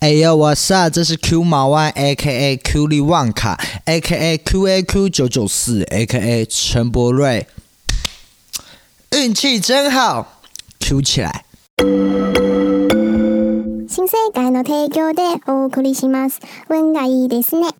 What's up？ 这是 Q 毛万 ，A.K.A. Q 利旺卡 ，A.K.A. QAQ 994 ，A.K.A. 陈柏瑞。运气真好 ，Q 起来。 新世界の提供でお送りします。運がいいですね。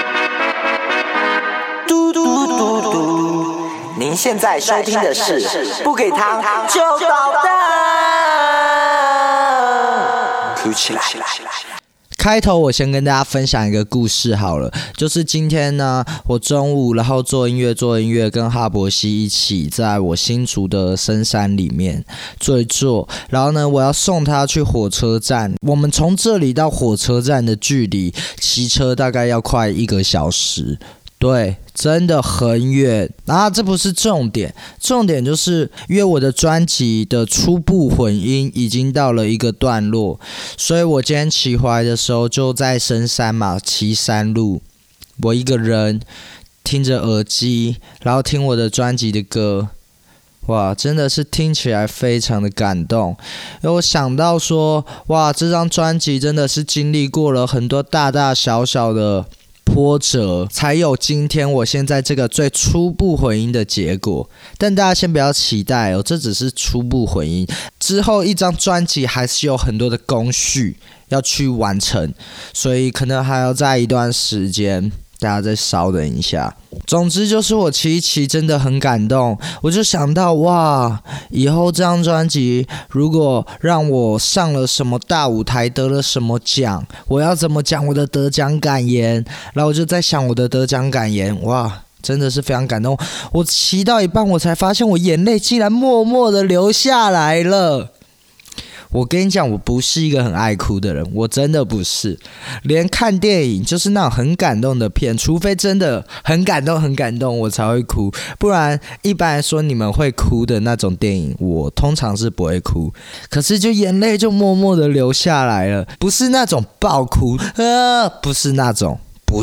嘟嘟嘟嘟，您现在收听的是不给糖就捣蛋。Q 起来。开头我先跟大家分享一个故事好了，就是今天呢，我中午然后做音乐，跟哈伯西一起在我新竹的深山里面坐一坐，然后呢，我要送他去火车站。我们从这里到火车站的距离，骑车大概要快1个小时。对，真的很远。然后这不是重点，重点就是因为我的专辑的初步混音已经到了一个段落，所以我今天骑回来的时候就在深山嘛，骑山路，我一个人听着耳机，然后听我的专辑的歌。哇，真的是听起来非常的感动，因为我想到说，哇，这张专辑真的是经历过了很多大大小小的波折，才有今天我现在这个最初步混音的结果。但大家先不要期待哦，这只是初步混音，之后一张专辑还是有很多的工序要去完成，所以可能还要再一段时间，大家再稍等一下。总之就是我骑一骑真的很感动，我就想到哇，以后这张专辑如果让我上了什么大舞台，得了什么奖，我要怎么讲我的得奖感言？然后我就在想我的得奖感言，哇，真的是非常感动。我骑到一半，我才发现我眼泪竟然默默的流下来了。我跟你讲，我不是一个很爱哭的人，我真的不是。连看电影，就是那种很感动的片，除非真的很感动，我才会哭。不然，一般来说你们会哭的那种电影，我通常是不会哭。可是就眼泪就默默的流下来了，不是那种爆哭，不是那种，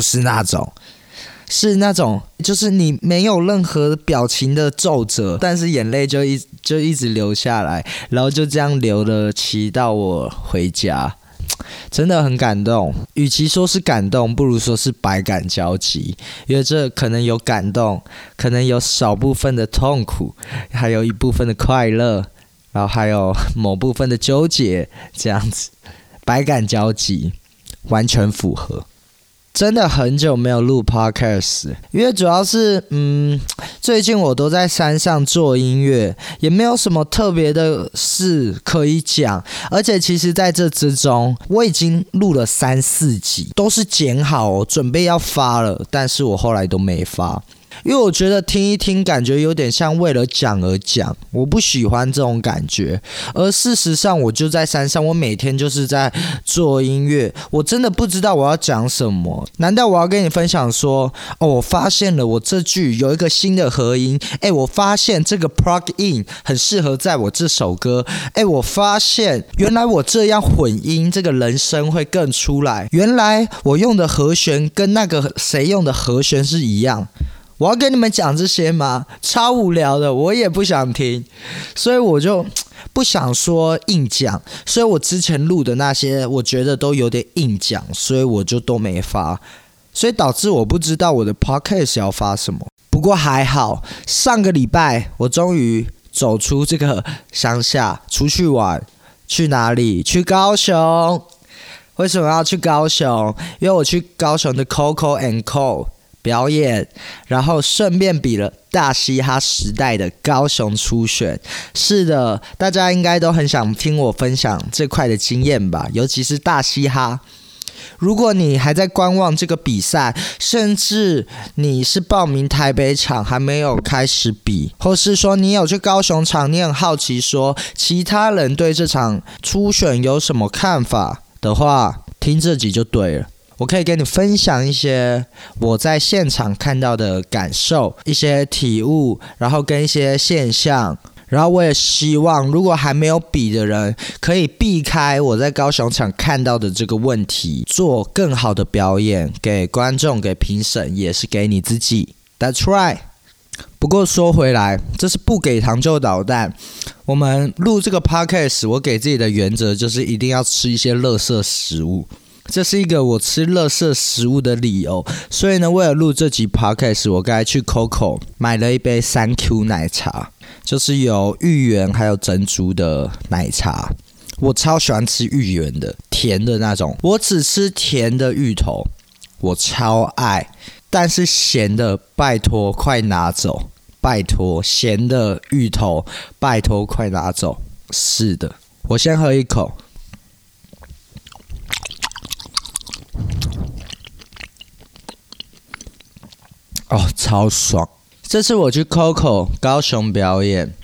是那种，就是你没有任何表情的皱褶，但是眼泪就一直流下来，然后就这样流了，骑到我回家，真的很感动。与其说是感动，不如说是百感交集，因为这可能有感动，可能有少部分的痛苦，还有一部分的快乐，然后还有某部分的纠结，这样子，百感交集，完全符合。真的很久没有录 podcast， 因为主要是最近我都在山上做音乐，也没有什么特别的事可以讲，而且其实在这之中我已经录了3-4集，都是剪好哦，准备要发了，但是我后来都没发。因为我觉得听一听感觉有点像为了讲而讲，我不喜欢这种感觉。而事实上我就在山上，我每天就是在做音乐，我真的不知道我要讲什么。难道我要跟你分享说，我发现了我这句有一个新的合音，我发现这个 plug in 很适合在我这首歌，我发现原来我这样混音，这个人声会更出来，原来我用的和弦跟那个谁用的和弦是一样。我要跟你们讲这些吗？超无聊的，我也不想听，所以我就不想说硬讲，所以我之前录的那些我觉得都有点硬讲，所以我就都没发，所以导致我不知道我的 podcast 要发什么。不过还好，上个礼拜我终于走出这个乡下出去玩。去哪里？去高雄。为什么要去高雄？因为我去高雄的 Coco and Co表演，然后顺便比了大嘻哈时代的高雄初选。是的，大家应该都很想听我分享这块的经验吧，尤其是大嘻哈。如果你还在观望这个比赛，甚至你是报名台北场还没有开始比，或是说你有去高雄场，你很好奇说其他人对这场初选有什么看法的话，听这集就对了。我可以跟你分享一些我在现场看到的感受，一些体悟，然后跟一些现象。然后我也希望如果还没有比的人可以避开我在高雄场看到的这个问题，做更好的表演给观众，给评审，也是给你自己。 That's right。 不过说回来，这是不给糖就捣蛋。我们录这个 podcast， 我给自己的原则就是一定要吃一些垃圾食物， 这是一个我吃垃圾食物的理由。所以呢，为了录这集 podcast， 我刚才去 Coco 买了一杯3Q 奶茶，就是有芋圆还有珍珠的奶茶。我超喜欢吃芋圆的，甜的那种。我只吃甜的芋头，我超爱。但是咸的，拜托快拿走！拜托，咸的芋头，拜托快拿走！是的，我先喝一口。哦，超爽！这次我去 Coco 高雄表演，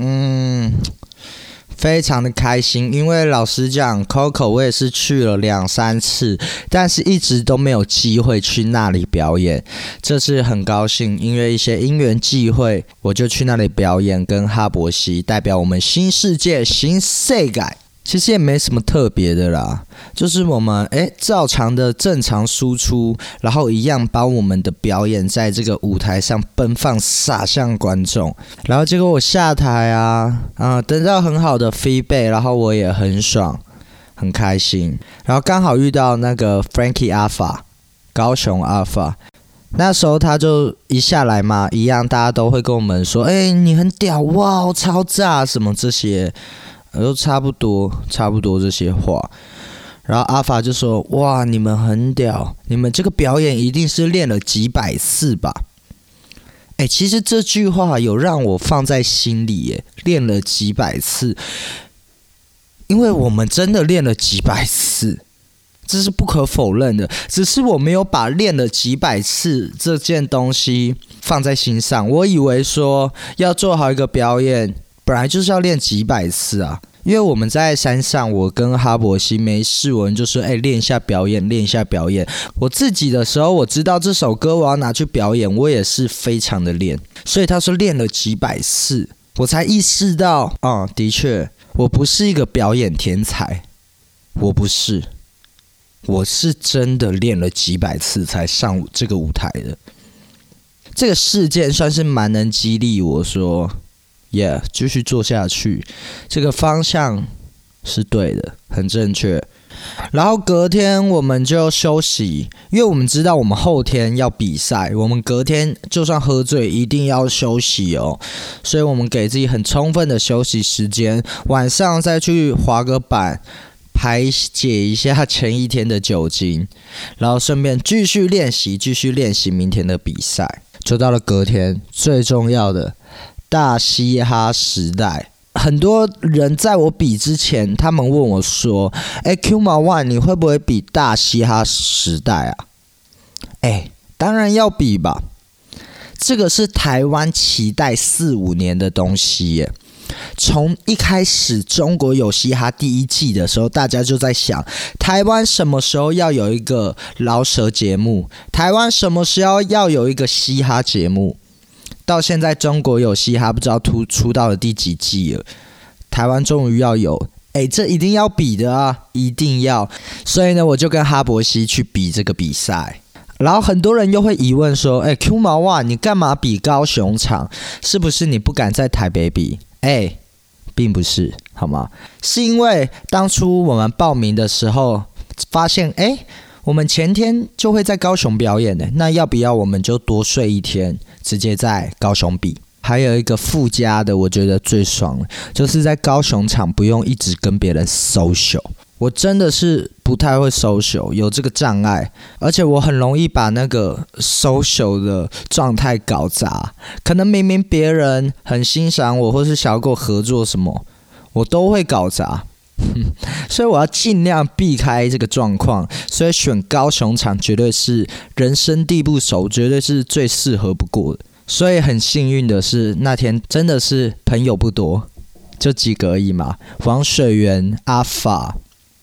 非常的开心，因为老实讲 ，Coco 我也是去了2-3次，但是一直都没有机会去那里表演。这次很高兴，因为一些因缘际会，我就去那里表演，跟哈伯西代表我们新世界新世界。其实也没什么特别的啦，就是我们照常的正常输出，然后一样把我们的表演在这个舞台上奔放洒向观众。然后结果我下台得到很好的 feedback， 然后我也很爽很开心。然后刚好遇到那个 Frankie Alpha 高雄 Alpha， 那时候他就一下来嘛，一样大家都会跟我们说你很屌哇，超炸什么这些，都差不多这些话。然后阿法就说：“哇，你们很屌，你们这个表演一定是练了几百次吧？”其实这句话有让我放在心里耶，练了几百次，因为我们真的练了几百次，这是不可否认的。只是我没有把练了几百次这件东西放在心上，我以为说要做好一个表演，本来就是要练几百次啊。因为我们在山上，我跟哈伯西没事，我们就说练一下表演，练一下表演。我自己的时候，我知道这首歌我要拿去表演，我也是非常的练。所以他说练了几百次，我才意识到，的确，我不是一个表演天才，我不是，我是真的练了几百次才上这个舞台的。这个事件算是蛮能激励我说。继续做下去，这个方向是对的，很正确。然后隔天我们就休息，因为我们知道我们后天要比赛，我们隔天就算喝醉一定要休息哦，所以我们给自己很充分的休息时间，晚上再去滑个板，排解一下前一天的酒精，然后顺便继续练习明天的比赛。就到了隔天，最重要的大嘻哈时代，很多人在我比之前，他们问我说：“Q 毛万，你会不会比大嘻哈时代啊？”当然要比吧，这个是台湾期待4-5年的东西耶。从一开始中国有嘻哈第一季的时候，大家就在想台湾什么时候要有一个饶舌节目，台湾什么时候要有一个嘻哈节目。到现在中国有嘻哈不知道出到了第几季了，台湾终于要有，这一定要比的啊，一定要。所以呢，我就跟哈伯西去比这个比赛。然后很多人又会疑问说，Q 毛哇，你干嘛比高雄场？是不是你不敢在台北比？并不是，好吗？是因为当初我们报名的时候发现，我们前天就会在高雄表演的，那要不要我们就多睡一天，直接在高雄比？还有一个附加的，我觉得最爽的，就是在高雄场不用一直跟别人 social。我真的是不太会 social， 有这个障碍，而且我很容易把那个 social 的状态搞砸。可能明明别人很欣赏我，或是想要跟我合作什么，我都会搞砸。所以我要尽量避开这个状况，所以选高雄场绝对是人生地不熟，绝对是最适合不过的。所以很幸运的是，那天真的是朋友不多，就几个而已嘛。王水源、阿法，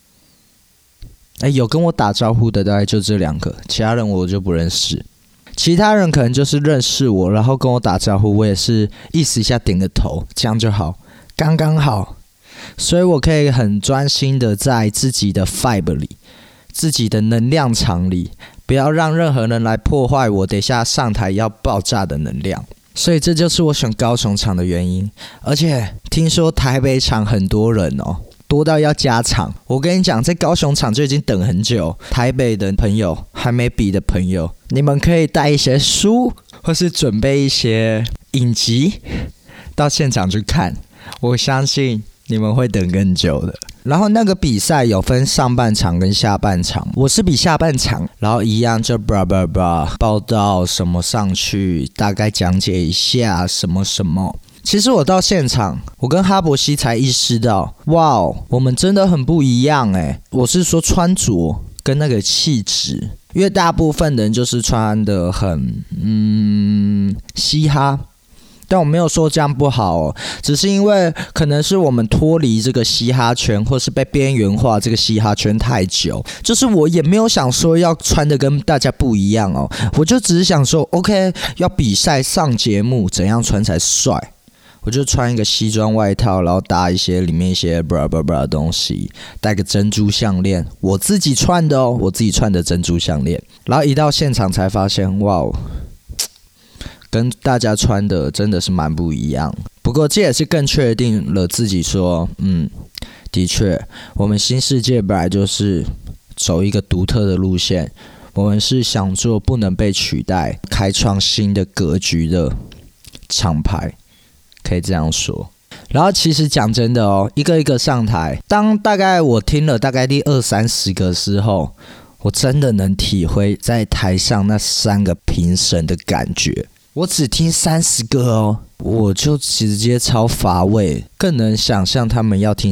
有跟我打招呼的大概就这2个，其他人我就不认识。其他人可能就是认识我，然后跟我打招呼，我也是意思一下点个头，这样就好，刚刚好。所以我可以很专心的在自己的 vibe 里，自己的能量场里，不要让任何人来破坏我等一下上台要爆炸的能量。所以这就是我选高雄场的原因。而且听说台北场很多人哦， 多到要加场。我跟你讲，在高雄场就已经等很久，台北的朋友还没比的朋友，你们可以带一些书，或是准备一些影集到现场去看，我相信你们会等更久的。然后那个比赛有分上半场跟下半场，我是比下半场，然后一样就报道什么上去，大概讲解一下什么什么。其实我到现场，我跟哈伯西才意识到，哇，我们真的很不一样欸。我是说穿着跟那个气质，因为大部分人就是穿得很嘻哈。但我没有说这样不好哦，只是因为可能是我们脱离这个嘻哈圈，或是被边缘化这个嘻哈圈太久，就是我也没有想说要穿的跟大家不一样哦，我就只是想说 OK 要比赛上节目怎样穿才帅，我就穿一个西装外套，然后搭一些里面一些的东西，戴个珍珠项链，我自己穿的哦，我自己穿的珍珠项链，然后一到现场才发现，哇，跟大家穿的真的是蛮不一样。不过这也是更确定了自己说，的确，我们新世界本来就是走一个独特的路线，我们是想做不能被取代、开创新的格局的厂牌，可以这样说。然后其实讲真的哦，一个一个上台，当大概我听了大概第20-30个之后，我真的能体会在台上那3个评审的感觉。我只听30个哦，我就直接超乏味，更能想象他们要听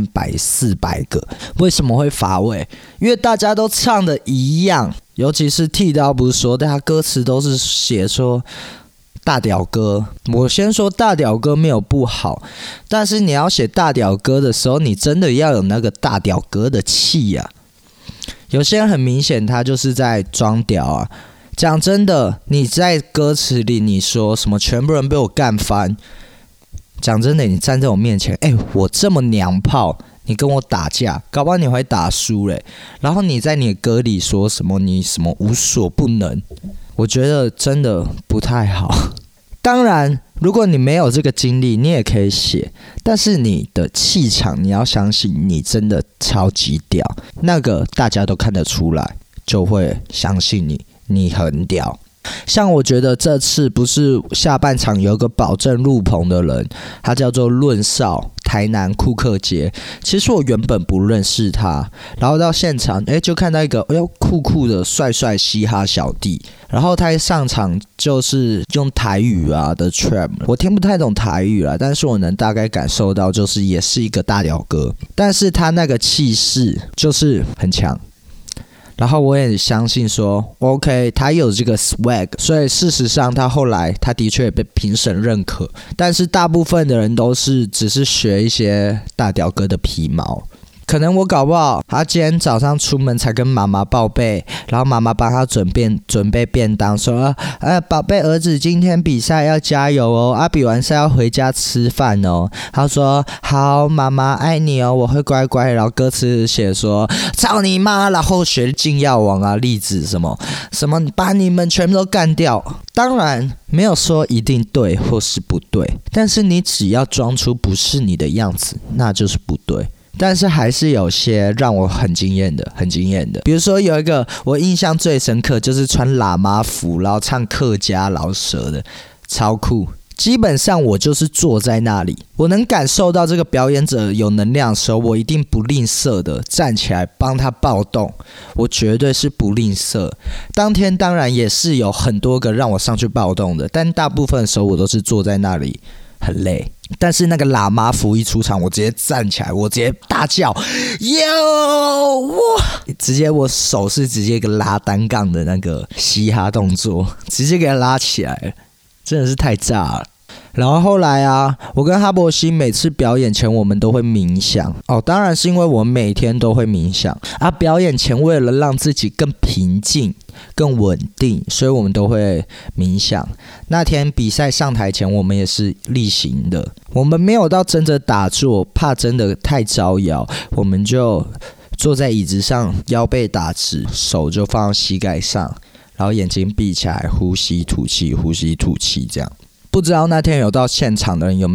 300-400个。为什么会乏味？因为大家都唱的一样，尤其是剃刀不是说，大家歌词都是写说大屌歌。我先说大屌歌没有不好，但是你要写大屌歌的时候，你真的要有那个大屌歌的气啊。有些人很明显他就是在装屌啊。讲真的，你在歌词里你说什么全部人被我干翻，讲真的，你站在我面前，我这么娘炮，你跟我打架，搞不好你会打输嘞。然后你在你的歌里说什么你什么无所不能，我觉得真的不太好。当然，如果你没有这个经历，你也可以写，但是你的气场，你要相信你真的超级屌，那个大家都看得出来，就会相信你很屌。像我觉得这次不是下半场有一个保证入棚的人，他叫做论少，台南库克街。其实我原本不认识他，然后到现场就看到一个酷酷的帅帅嘻哈小弟，然后他一上场就是用台语啊的 trap， 我听不太懂台语啦，但是我能大概感受到，就是也是一个大屌哥，但是他那个气势就是很强。然后我也相信说 OK 他有这个 swag， 所以事实上他后来他的确也被评审认可，但是大部分的人都是只是学一些大屌哥的皮毛。可能我搞不好他今天早上出门才跟妈妈报备，然后妈妈帮他准备便当，说宝贝儿子今天比赛要加油哦，比完赛要回家吃饭哦。他说好，妈妈爱你哦，我会乖乖。然后歌词写说操你妈，然后学金耀王啊栗子什么把你们全部都干掉。当然没有说一定对或是不对，但是你只要装出不是你的样子，那就是不对。但是还是有些让我很惊艳的，比如说有一个我印象最深刻，就是穿喇嘛服然后唱客家饶舌的，超酷。基本上我就是坐在那里，我能感受到这个表演者有能量的时候，我一定不吝啬的站起来帮他暴动，我绝对是不吝啬。当天当然也是有很多个让我上去暴动的，但大部分的时候我都是坐在那里很累。但是那个喇嘛服一出场，我直接站起来，我直接大叫哟哇！直接我手是直接一个拉单杠的那个嘻哈动作，直接给他拉起来了，真的是太炸了。然后后来啊，我跟哈伯西每次表演前我们都会冥想哦，当然是因为我每天都会冥想啊。表演前为了让自己更平静、更稳定，所以我们都会冥想。那天比赛上台前，我们也是例行的，我们没有到真的打坐，怕真的太招摇，我们就坐在椅子上，腰背打直，手就放到膝盖上，然后眼睛闭起来，呼吸吐气，呼吸吐气这样。不知道那天有到现场的人有没有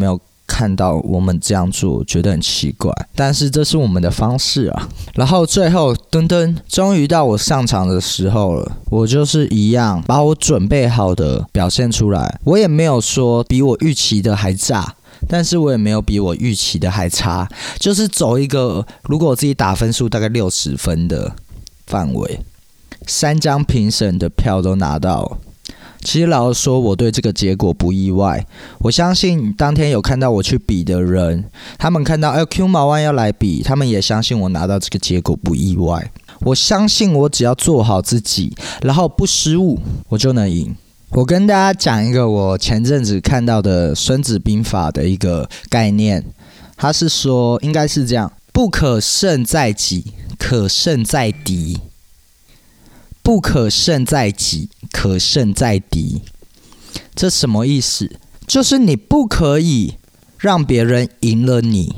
看到我们这样做觉得很奇怪，但是这是我们的方式啊。然后最后终于到我上场的时候了，我就是一样把我准备好的表现出来，我也没有说比我预期的还炸，但是我也没有比我预期的还差，就是走一个如果我自己打分数大概60分的范围，3张评审的票都拿到了。其实老实说，我对这个结果不意外。我相信当天有看到我去比的人，他们看到Q 毛湾要来比，他们也相信我拿到这个结果不意外。我相信我只要做好自己，然后不失误，我就能赢。我跟大家讲一个我前阵子看到的《孙子兵法》的一个概念，他是说应该是这样：不可胜在己，可胜在敌。不可胜在己，可胜在敌。这什么意思？就是你不可以让别人赢了你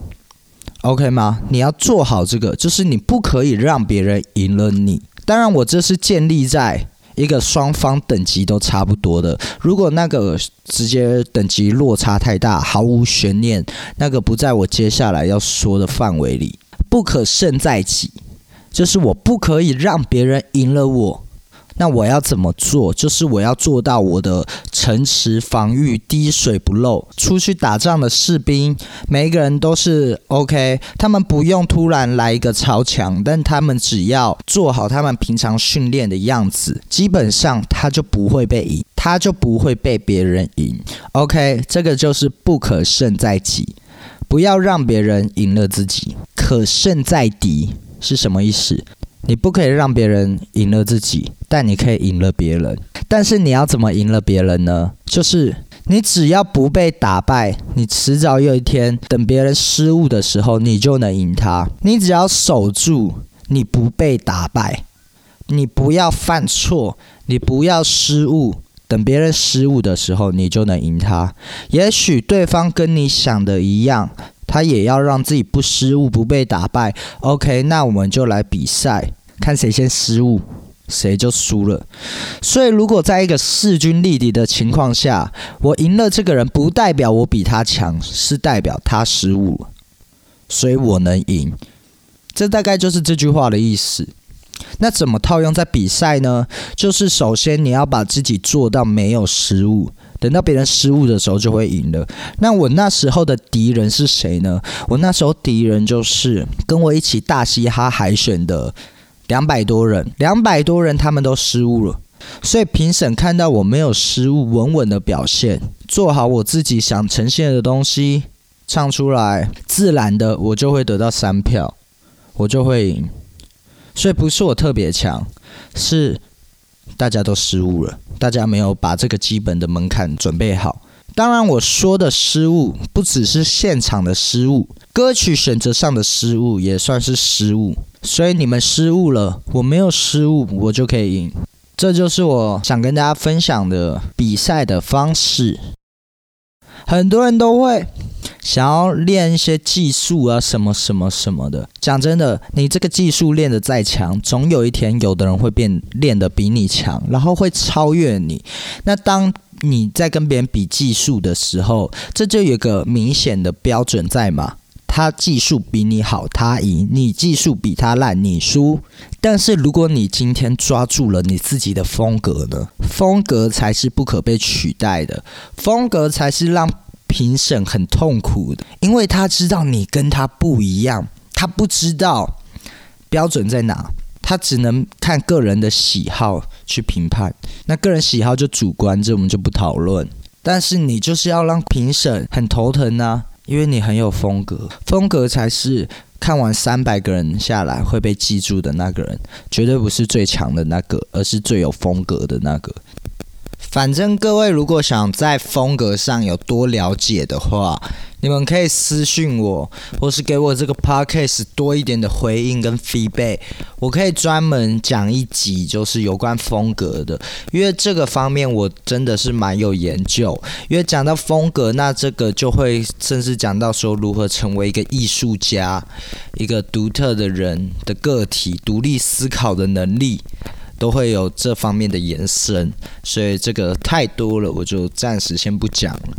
，OK 吗？你要做好这个，就是你不可以让别人赢了你。当然，我这是建立在一个双方等级都差不多的。如果那个直接等级落差太大，毫无悬念，那个不在我接下来要说的范围里。不可胜在己。就是我不可以让别人赢了我，那我要怎么做？就是我要做到我的城池防御滴水不漏。出去打仗的士兵，每一个人都是 OK， 他们不用突然来一个超强，但他们只要做好他们平常训练的样子，基本上他就不会被赢，他就不会被别人赢。OK， 这个就是不可胜在己，不要让别人赢了自己。可胜在敌。是什么意思？你不可以让别人赢了自己，但你可以赢了别人。但是你要怎么赢了别人呢？就是你只要不被打败，你迟早有一天等别人失误的时候，你就能赢他。你只要守住，你不被打败，你不要犯错，你不要失误，等别人失误的时候，你就能赢他。也许对方跟你想的一样，他也要让自己不失误，不被打败。OK， 那我们就来比赛，看谁先失误，谁就输了。所以，如果在一个势均力敌的情况下，我赢了这个人，不代表我比他强，是代表他失误了，所以我能赢。这大概就是这句话的意思。那怎么套用在比赛呢？就是首先你要把自己做到没有失误。等到别人失误的时候就会赢了。那我那时候的敌人是谁呢？我那时候敌人就是跟我一起大嘻哈海选的200多人，200多人他们都失误了。所以评审看到我没有失误，稳稳的表现，做好我自己想呈现的东西，唱出来，自然的我就会得到3票，我就会赢。所以不是我特别强，是大家都失误了，大家没有把这个基本的门槛准备好。当然我说的失误不只是现场的失误，歌曲选择上的失误也算是失误。所以你们失误了，我没有失误，我就可以赢。这就是我想跟大家分享的比赛的方式。很多人都会想要练一些技术啊，什么什么什么的。讲真的，你这个技术练得再强，总有一天有的人会练得比你强，然后会超越你。那当你在跟别人比技术的时候，这就有个明显的标准在嘛。他技术比你好，他赢；你技术比他烂，你输。但是如果你今天抓住了你自己的风格呢？风格才是不可被取代的，风格才是让评审很痛苦的，因为他知道你跟他不一样，他不知道标准在哪，他只能看个人的喜好去评判。那个人喜好就主观，这我们就不讨论。但是你就是要让评审很头疼啊，因为你很有风格，风格才是看完300个人下来会被记住的那个人，绝对不是最强的那个，而是最有风格的那个。反正各位如果想在风格上有多了解的话，你们可以私讯我，或是给我这个 podcast 多一点的回应跟 feedback， 我可以专门讲一集就是有关风格的，因为这个方面我真的是蛮有研究。因为讲到风格，那这个就会甚至讲到说如何成为一个艺术家，一个独特的人的个体，独立思考的能力，都会有这方面的延伸，所以这个太多了，我就暂时先不讲了。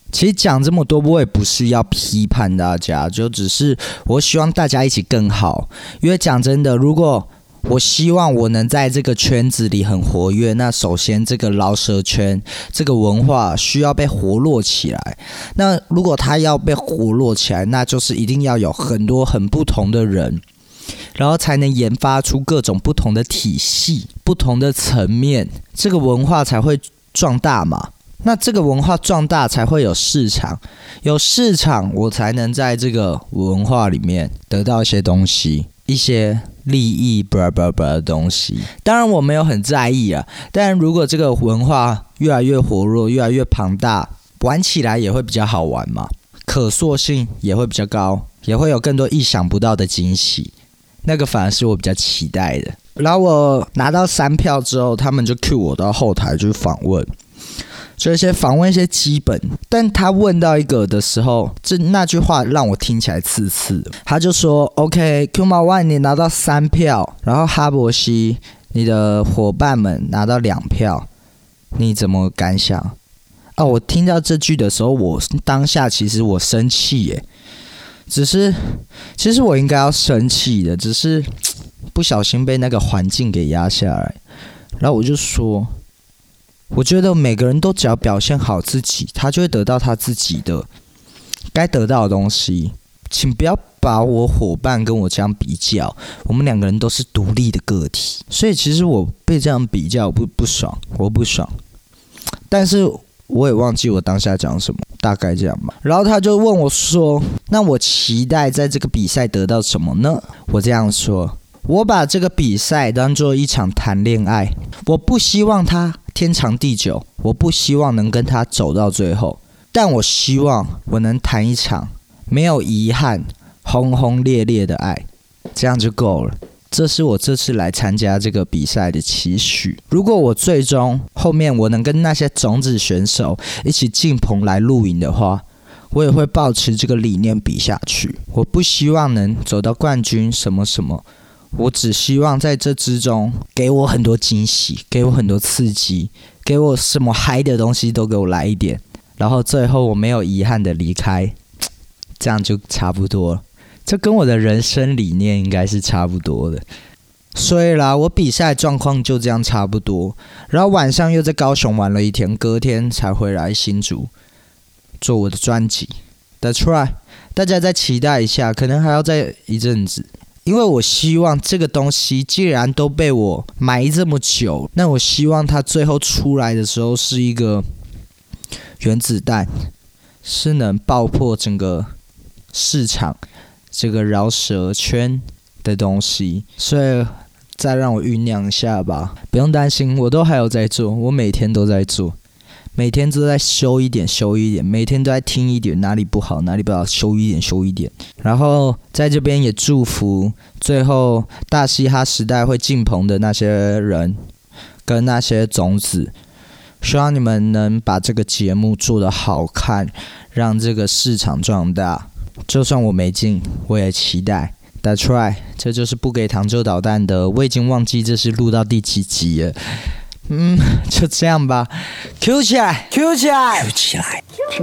其实讲这么多，我也不是要批判大家，就只是我希望大家一起更好。因为讲真的，如果我希望我能在这个圈子里很活跃，那首先这个饶舌圈这个文化需要被活络起来。那如果它要被活络起来，那就是一定要有很多很不同的人，然后才能研发出各种不同的体系、不同的层面，这个文化才会壮大嘛。那这个文化壮大才会有市场，有市场我才能在这个文化里面得到一些东西，一些利益的东西。当然我没有很在意啊，但如果这个文化越来越活络，越来越庞大，玩起来也会比较好玩嘛，可塑性也会比较高，也会有更多意想不到的惊喜，那个反而是我比较期待的。然后我拿到3票之后，他们就 cue 我到后台去访问，就访问一些基本，但他问到一个的时候，那句话让我听起来刺刺的。他就说 OK，Q 毛万你拿到3票，然后哈伯西你的伙伴们拿到2票，你怎么感想？我听到这句的时候，我当下其实我生气耶，只是其实我应该要生气的，只是不小心被那个环境给压下来。然后我就说，我觉得每个人都只要表现好自己，他就会得到他自己的该得到的东西。请不要把我伙伴跟我这样比较，我们2个人都是独立的个体。所以其实我被这样比较，我不爽，我不爽。但是我也忘记我当下讲什么，大概这样吧。然后他就问我说，那我期待在这个比赛得到什么呢？我这样说，我把这个比赛当作一场谈恋爱，我不希望他天长地久，我不希望能跟他走到最后，但我希望我能谈一场没有遗憾、轰轰烈烈的爱，这样就够了。这是我这次来参加这个比赛的期许。如果我最终后面我能跟那些种子选手一起进棚来录影的话，我也会抱持这个理念比下去。我不希望能走到冠军什么什么，我只希望在这之中给我很多惊喜，给我很多刺激，给我什么嗨的东西都给我来一点，然后最后我没有遗憾的离开，这样就差不多了。这跟我的人生理念应该是差不多的。所以啦，我比赛状况就这样差不多，然后晚上又在高雄玩了一天，隔天才回来新竹做我的专辑。That's right， 大家再期待一下，可能还要再一阵子。因为我希望这个东西既然都被我埋这么久，那我希望它最后出来的时候是一个原子弹，是能爆破整个市场这个饶舌圈的东西。所以再让我酝酿一下吧，不用担心，我都还有在做，我每天都在做，每天都在修一点，每天都在听一点，哪里不好修一点。然后在这边也祝福最后大嘻哈时代会进棚的那些人跟那些种子，希望你们能把这个节目做得好看，让这个市场壮大。就算我没进，我也期待。That's right， 这就是不给糖就捣蛋的。我已经忘记这是录到第几集了。就这样吧。Q 起来，Q 起来， Q 起来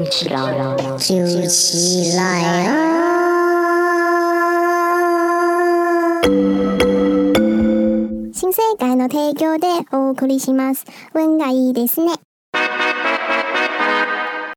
啊！新世界の提供でお送りします。運がいいですね。